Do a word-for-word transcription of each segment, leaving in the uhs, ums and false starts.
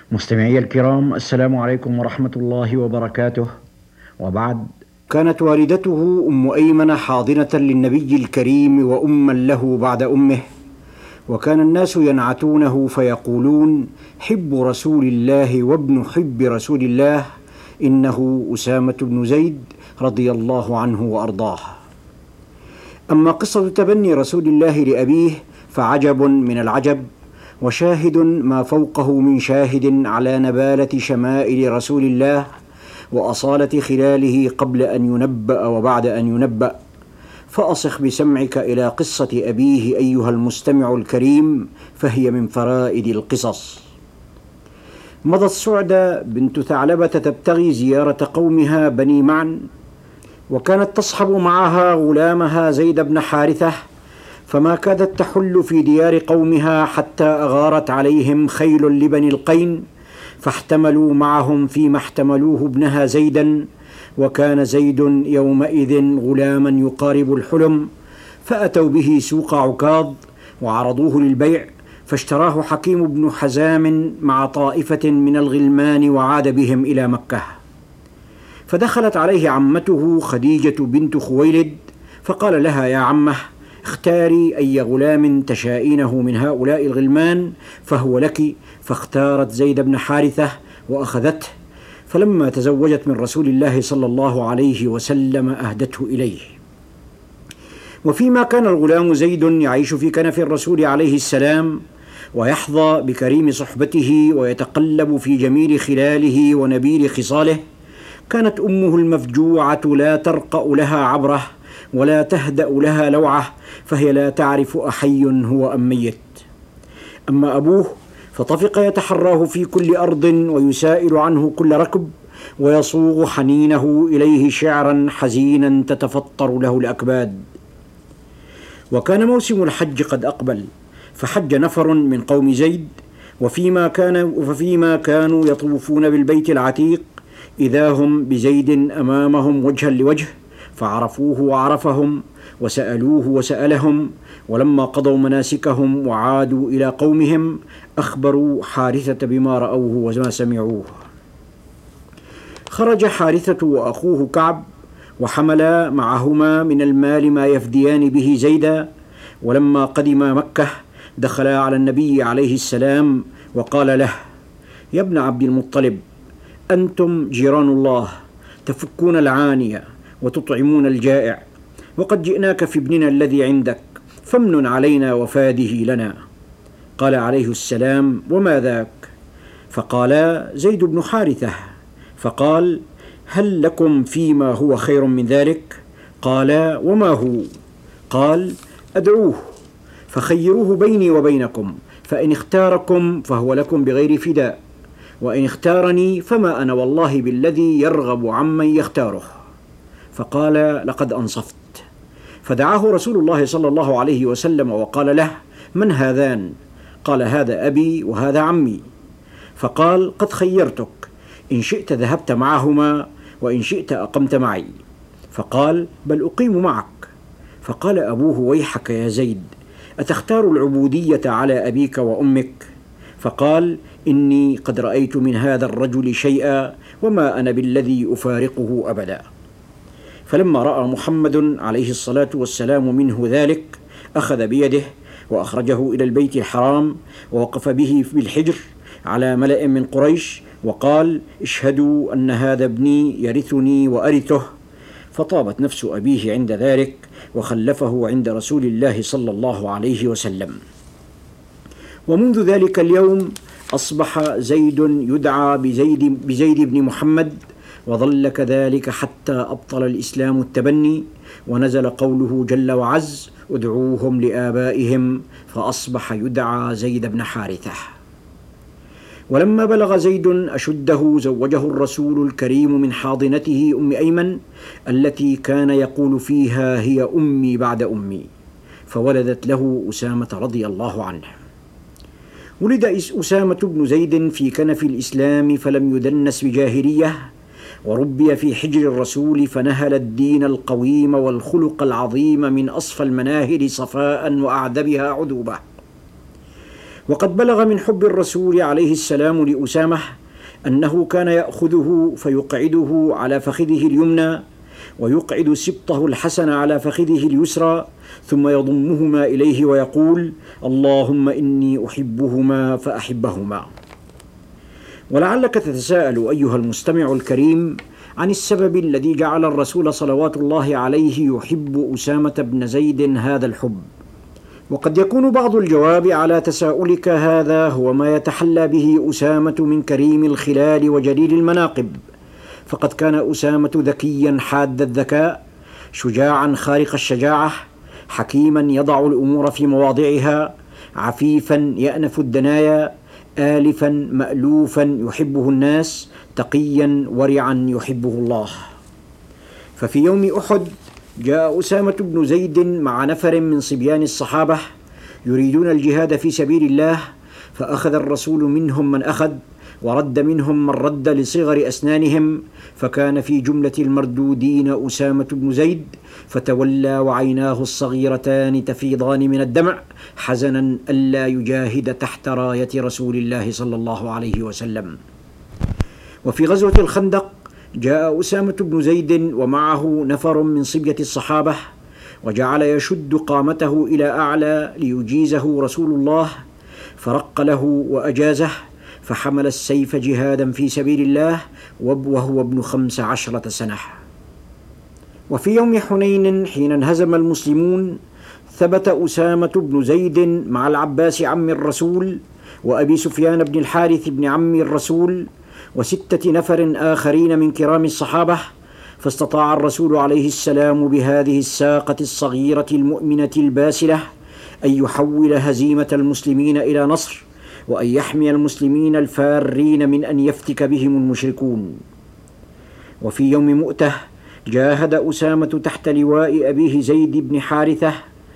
مستمعي الكرام، السلام عليكم ورحمة الله وبركاته. وبعد، كانت والدته أم أيمن حاضنة للنبي الكريم وأما له بعد أمه، وكان الناس ينعتونه فيقولون: حب رسول الله وابن حب رسول الله، إنه أسامة بن زيد رضي الله عنه وأرضاه. أما قصة تبني رسول الله لأبيه فعجب من العجب، وشاهد ما فوقه من شاهد على نبالة شمائل رسول الله وأصالة خلاله قبل أن ينبأ وبعد أن ينبأ. فأصخ بسمعك إلى قصة أبيه أيها المستمع الكريم، فهي من فرائد القصص. مضت سعدة بنت ثعلبة تبتغي زيارة قومها بني معن، وكانت تصحب معها غلامها زيد بن حارثة، فما كادت تحل في ديار قومها حتى أغارت عليهم خيل لبني القين، فاحتملوا معهم فيما احتملوه ابنها زيدا، وكان زيد يومئذ غلاما يقارب الحلم، فأتوا به سوق عكاظ وعرضوه للبيع، فاشتراه حكيم بن حزام مع طائفة من الغلمان وعاد بهم إلى مكة. فدخلت عليه عمته خديجة بنت خويلد، فقال لها: يا عمه، اختاري أي غلام تشائينه من هؤلاء الغلمان فهو لك. فاختارت زيد بن حارثة وأخذته، فلما تزوجت من رسول الله صلى الله عليه وسلم أهدته إليه. وفيما كان الغلام زيد يعيش في كنف الرسول عليه السلام، ويحظى بكريم صحبته ويتقلب في جميل خلاله ونبيل خصاله، كانت أمه المفجوعة لا ترقأ لها عبره ولا تهدأ لها لوعه، فهي لا تعرف أحي هو أم ميت. أما أبوه فطفق يتحراه في كل أرض ويسائل عنه كل ركب، ويصوغ حنينه إليه شعرا حزينا تتفطر له الأكباد. وكان موسم الحج قد أقبل، فحج نفر من قوم زيد، وفيما كان وفيما كانوا يطوفون بالبيت العتيق إذا هم بزيد أمامهم وجها لوجه، فعرفوه وعرفهم، وسألوه وسألهم. ولما قضوا مناسكهم وعادوا إلى قومهم أخبروا حارثة بما رأوه وما سمعوه. خرج حارثة وأخوه كعب، وحملا معهما من المال ما يفديان به زيدا. ولما قدما مكة دخلا على النبي عليه السلام وقال له: يا ابن عبد المطلب، أنتم جيران الله، تفكون العانية وتطعمون الجائع، وقد جئناك في ابننا الذي عندك، فامنن علينا وفاده لنا. قال عليه السلام: وما ذاك؟ فقال: زيد بن حارثة. فقال: هل لكم فيما هو خير من ذلك؟ قال: وما هو؟ قال: أدعوه فخيروه بيني وبينكم، فإن اختاركم فهو لكم بغير فداء، وإن اختارني فما أنا والله بالذي يرغب عمن يختاره. فقال: لقد أنصفت. فدعاه رسول الله صلى الله عليه وسلم وقال له: من هذان؟ قال: هذا أبي وهذا عمي. فقال: قد خيرتك، إن شئت ذهبت معهما، وإن شئت أقمت معي. فقال: بل أقيم معك. فقال أبوه: ويحك يا زيد، أتختار العبودية على أبيك وأمك؟ فقال: إني قد رأيت من هذا الرجل شيئا، وما أنا بالذي أفارقه أبدا. فلما رأى محمد عليه الصلاة والسلام منه ذلك أخذ بيده وأخرجه إلى البيت الحرام، ووقف به بالحجر على ملأ من قريش وقال: اشهدوا أن هذا ابني يرثني وأرثه. فطابت نفس أبيه عند ذلك، وخلفه عند رسول الله صلى الله عليه وسلم. ومنذ ذلك اليوم أصبح زيد يدعى بزيد, بزيد بن محمد، وظل كذلك حتى أبطل الإسلام التبني، ونزل قوله جل وعز: ادعوهم لآبائهم، فأصبح يدعى زيد بن حارثة. ولما بلغ زيد أشده زوجه الرسول الكريم من حاضنته أم أيمن، التي كان يقول فيها: هي أمي بعد أمي، فولدت له أسامة رضي الله عنه. ولد أسامة بن زيد في كنف الإسلام فلم يدنس بجاهلية، وربي في حجر الرسول فنهل الدين القويم والخلق العظيم من أصفى المناهل صفاء وأعذبها عذوبة. وقد بلغ من حب الرسول عليه السلام لأسامة أنه كان يأخذه فيقعده على فخذه اليمنى، ويقعد سبطه الحسن على فخذه اليسرى، ثم يضمهما إليه ويقول: اللهم إني أحبهما فأحبهما. ولعلك تتساءل أيها المستمع الكريم عن السبب الذي جعل الرسول صلوات الله عليه يحب أسامة بن زيد هذا الحب. وقد يكون بعض الجواب على تساؤلك هذا هو ما يتحلى به أسامة من كريم الخلال وجليل المناقب، فقد كان أسامة ذكيا حاد الذكاء، شجاعا خارق الشجاعة، حكيما يضع الأمور في مواضعها، عفيفا يأنف الدنايا، آلفا مألوفا يحبه الناس، تقيا ورعا يحبه الله. ففي يوم أحد جاء أسامة بن زيد مع نفر من صبيان الصحابة يريدون الجهاد في سبيل الله، فأخذ الرسول منهم من أخذ، ورد منهم من رد لصغر أسنانهم، فكان في جملة المردودين أسامة بن زيد، فتولى وعيناه الصغيرتان تفيضان من الدمع حزنا ألا يجاهد تحت راية رسول الله صلى الله عليه وسلم. وفي غزوة الخندق جاء أسامة بن زيد ومعه نفر من صبية الصحابة، وجعل يشد قامته إلى أعلى ليجيزه رسول الله، فرق له وأجازه، فحمل السيف جهادا في سبيل الله وهو ابن خمس عشرة سنة. وفي يوم حنين حين انهزم المسلمون ثبت أسامة بن زيد مع العباس عم الرسول، وأبي سفيان بن الحارث بن عم الرسول، وستة نفر آخرين من كرام الصحابة، فاستطاع الرسول عليه السلام بهذه الساقة الصغيرة المؤمنة الباسلة أن يحول هزيمة المسلمين إلى نصر، وأن يحمي المسلمين الفارين من أن يفتك بهم المشركون. وفي يوم مؤتة جاهد أسامة تحت لواء أبيه زيد بن حارثة،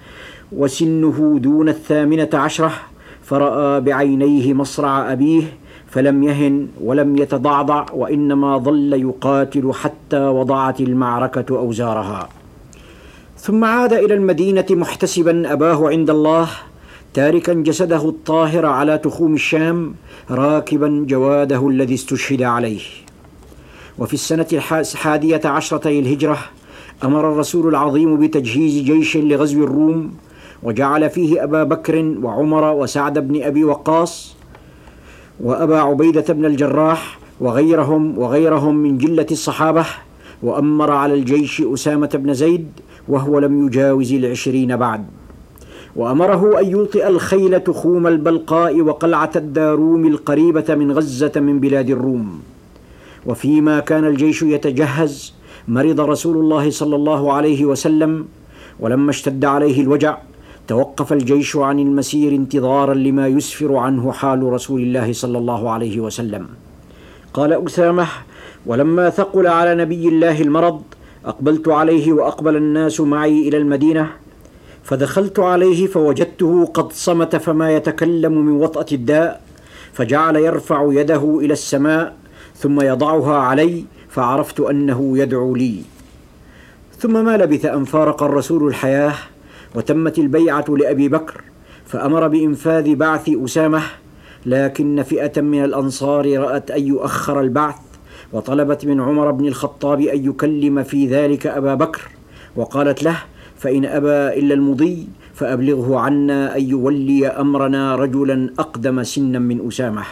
وسنه دون الثامنة عشرة، فرأى بعينيه مصرع أبيه فلم يهن ولم يتضعضع، وإنما ظل يقاتل حتى وضعت المعركة أوزارها. ثم عاد إلى المدينة محتسبا أباه عند الله، تاركا جسده الطاهر على تخوم الشام، راكبا جواده الذي استشهد عليه. وفي السنة الحادية عشرة الهجرة أمر الرسول العظيم بتجهيز جيش لغزو الروم، وجعل فيه أبا بكر وعمر وسعد بن أبي وقاص وأبا عبيدة بن الجراح وغيرهم وغيرهم من جلة الصحابة، وأمر على الجيش أسامة بن زيد وهو لم يجاوز العشرين بعد، وأمره أن يوطئ الخيل تخوم البلقاء وقلعة الداروم القريبة من غزة من بلاد الروم. وفيما كان الجيش يتجهز مرض رسول الله صلى الله عليه وسلم، ولما اشتد عليه الوجع توقف الجيش عن المسير انتظارا لما يسفر عنه حال رسول الله صلى الله عليه وسلم. قال أسامة: ولما ثقل على نبي الله المرض أقبلت عليه وأقبل الناس معي إلى المدينة، فدخلت عليه فوجدته قد صمت فما يتكلم من وطأة الداء، فجعل يرفع يده إلى السماء ثم يضعها علي، فعرفت أنه يدعو لي. ثم ما لبث أن فارق الرسول الحياة، وتمت البيعة لأبي بكر، فأمر بإنفاذ بعث أسامة، لكن فئة من الأنصار رأت أن يؤخر البعث، وطلبت من عمر بن الخطاب أن يكلم في ذلك أبا بكر، وقالت له: فإن أبى إلا المضي فأبلغه عنا أن يولي أمرنا رجلا أقدم سنا من أسامة.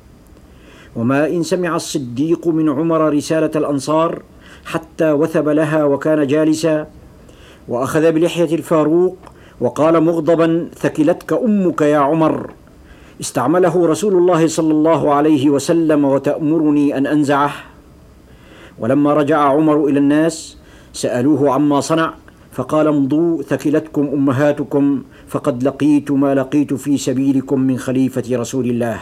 وما إن سمع الصديق من عمر رسالة الأنصار حتى وثب لها وكان جالسا، وأخذ بلحية الفاروق وقال مغضبا: ثكلتك أمك يا عمر، استعمله رسول الله صلى الله عليه وسلم وتأمرني أن أنزعه. ولما رجع عمر إلى الناس سألوه عما صنع، فقال: امضوا ثكلتكم أمهاتكم، فقد لقيت ما لقيت في سبيلكم من خليفة رسول الله.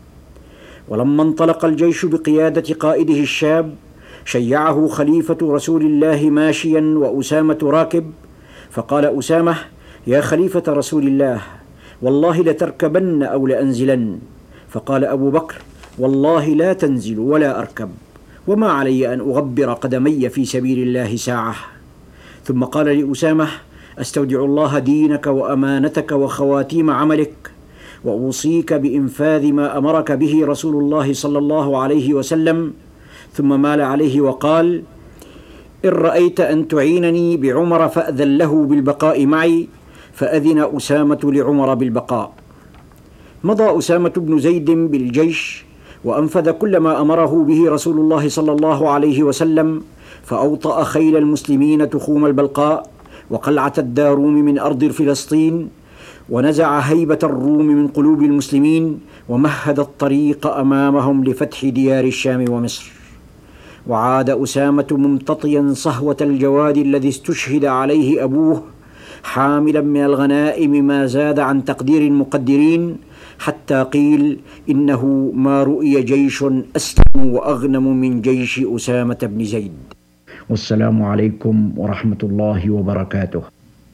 ولما انطلق الجيش بقيادة قائده الشاب شيعه خليفة رسول الله ماشيا وأسامة راكب، فقال أسامة: يا خليفة رسول الله، والله لتركبن أو لأنزلن. فقال أبو بكر: والله لا تنزل ولا أركب، وما علي أن أغبر قدمي في سبيل الله ساعة. ثم قال لأسامة: أستودع الله دينك وأمانتك وخواتيم عملك، وأوصيك بإنفاذ ما أمرك به رسول الله صلى الله عليه وسلم. ثم مال عليه وقال: إن رأيت أن تعينني بعمر فأذن له بالبقاء معي. فأذن أسامة لعمر بالبقاء. مضى أسامة بن زيد بالجيش وأنفذ كل ما أمره به رسول الله صلى الله عليه وسلم، فأوطأ خيل المسلمين تخوم البلقاء وقلعة الداروم من أرض فلسطين، ونزع هيبة الروم من قلوب المسلمين، ومهد الطريق أمامهم لفتح ديار الشام ومصر. وعاد أسامة ممتطيا صهوة الجواد الذي استشهد عليه أبوه، حاملا من الغنائم ما زاد عن تقدير المقدرين، حتى قيل إنه ما رؤي جيش أسلم وأغنم من جيش أسامة بن زيد. والسلام عليكم ورحمة الله وبركاته.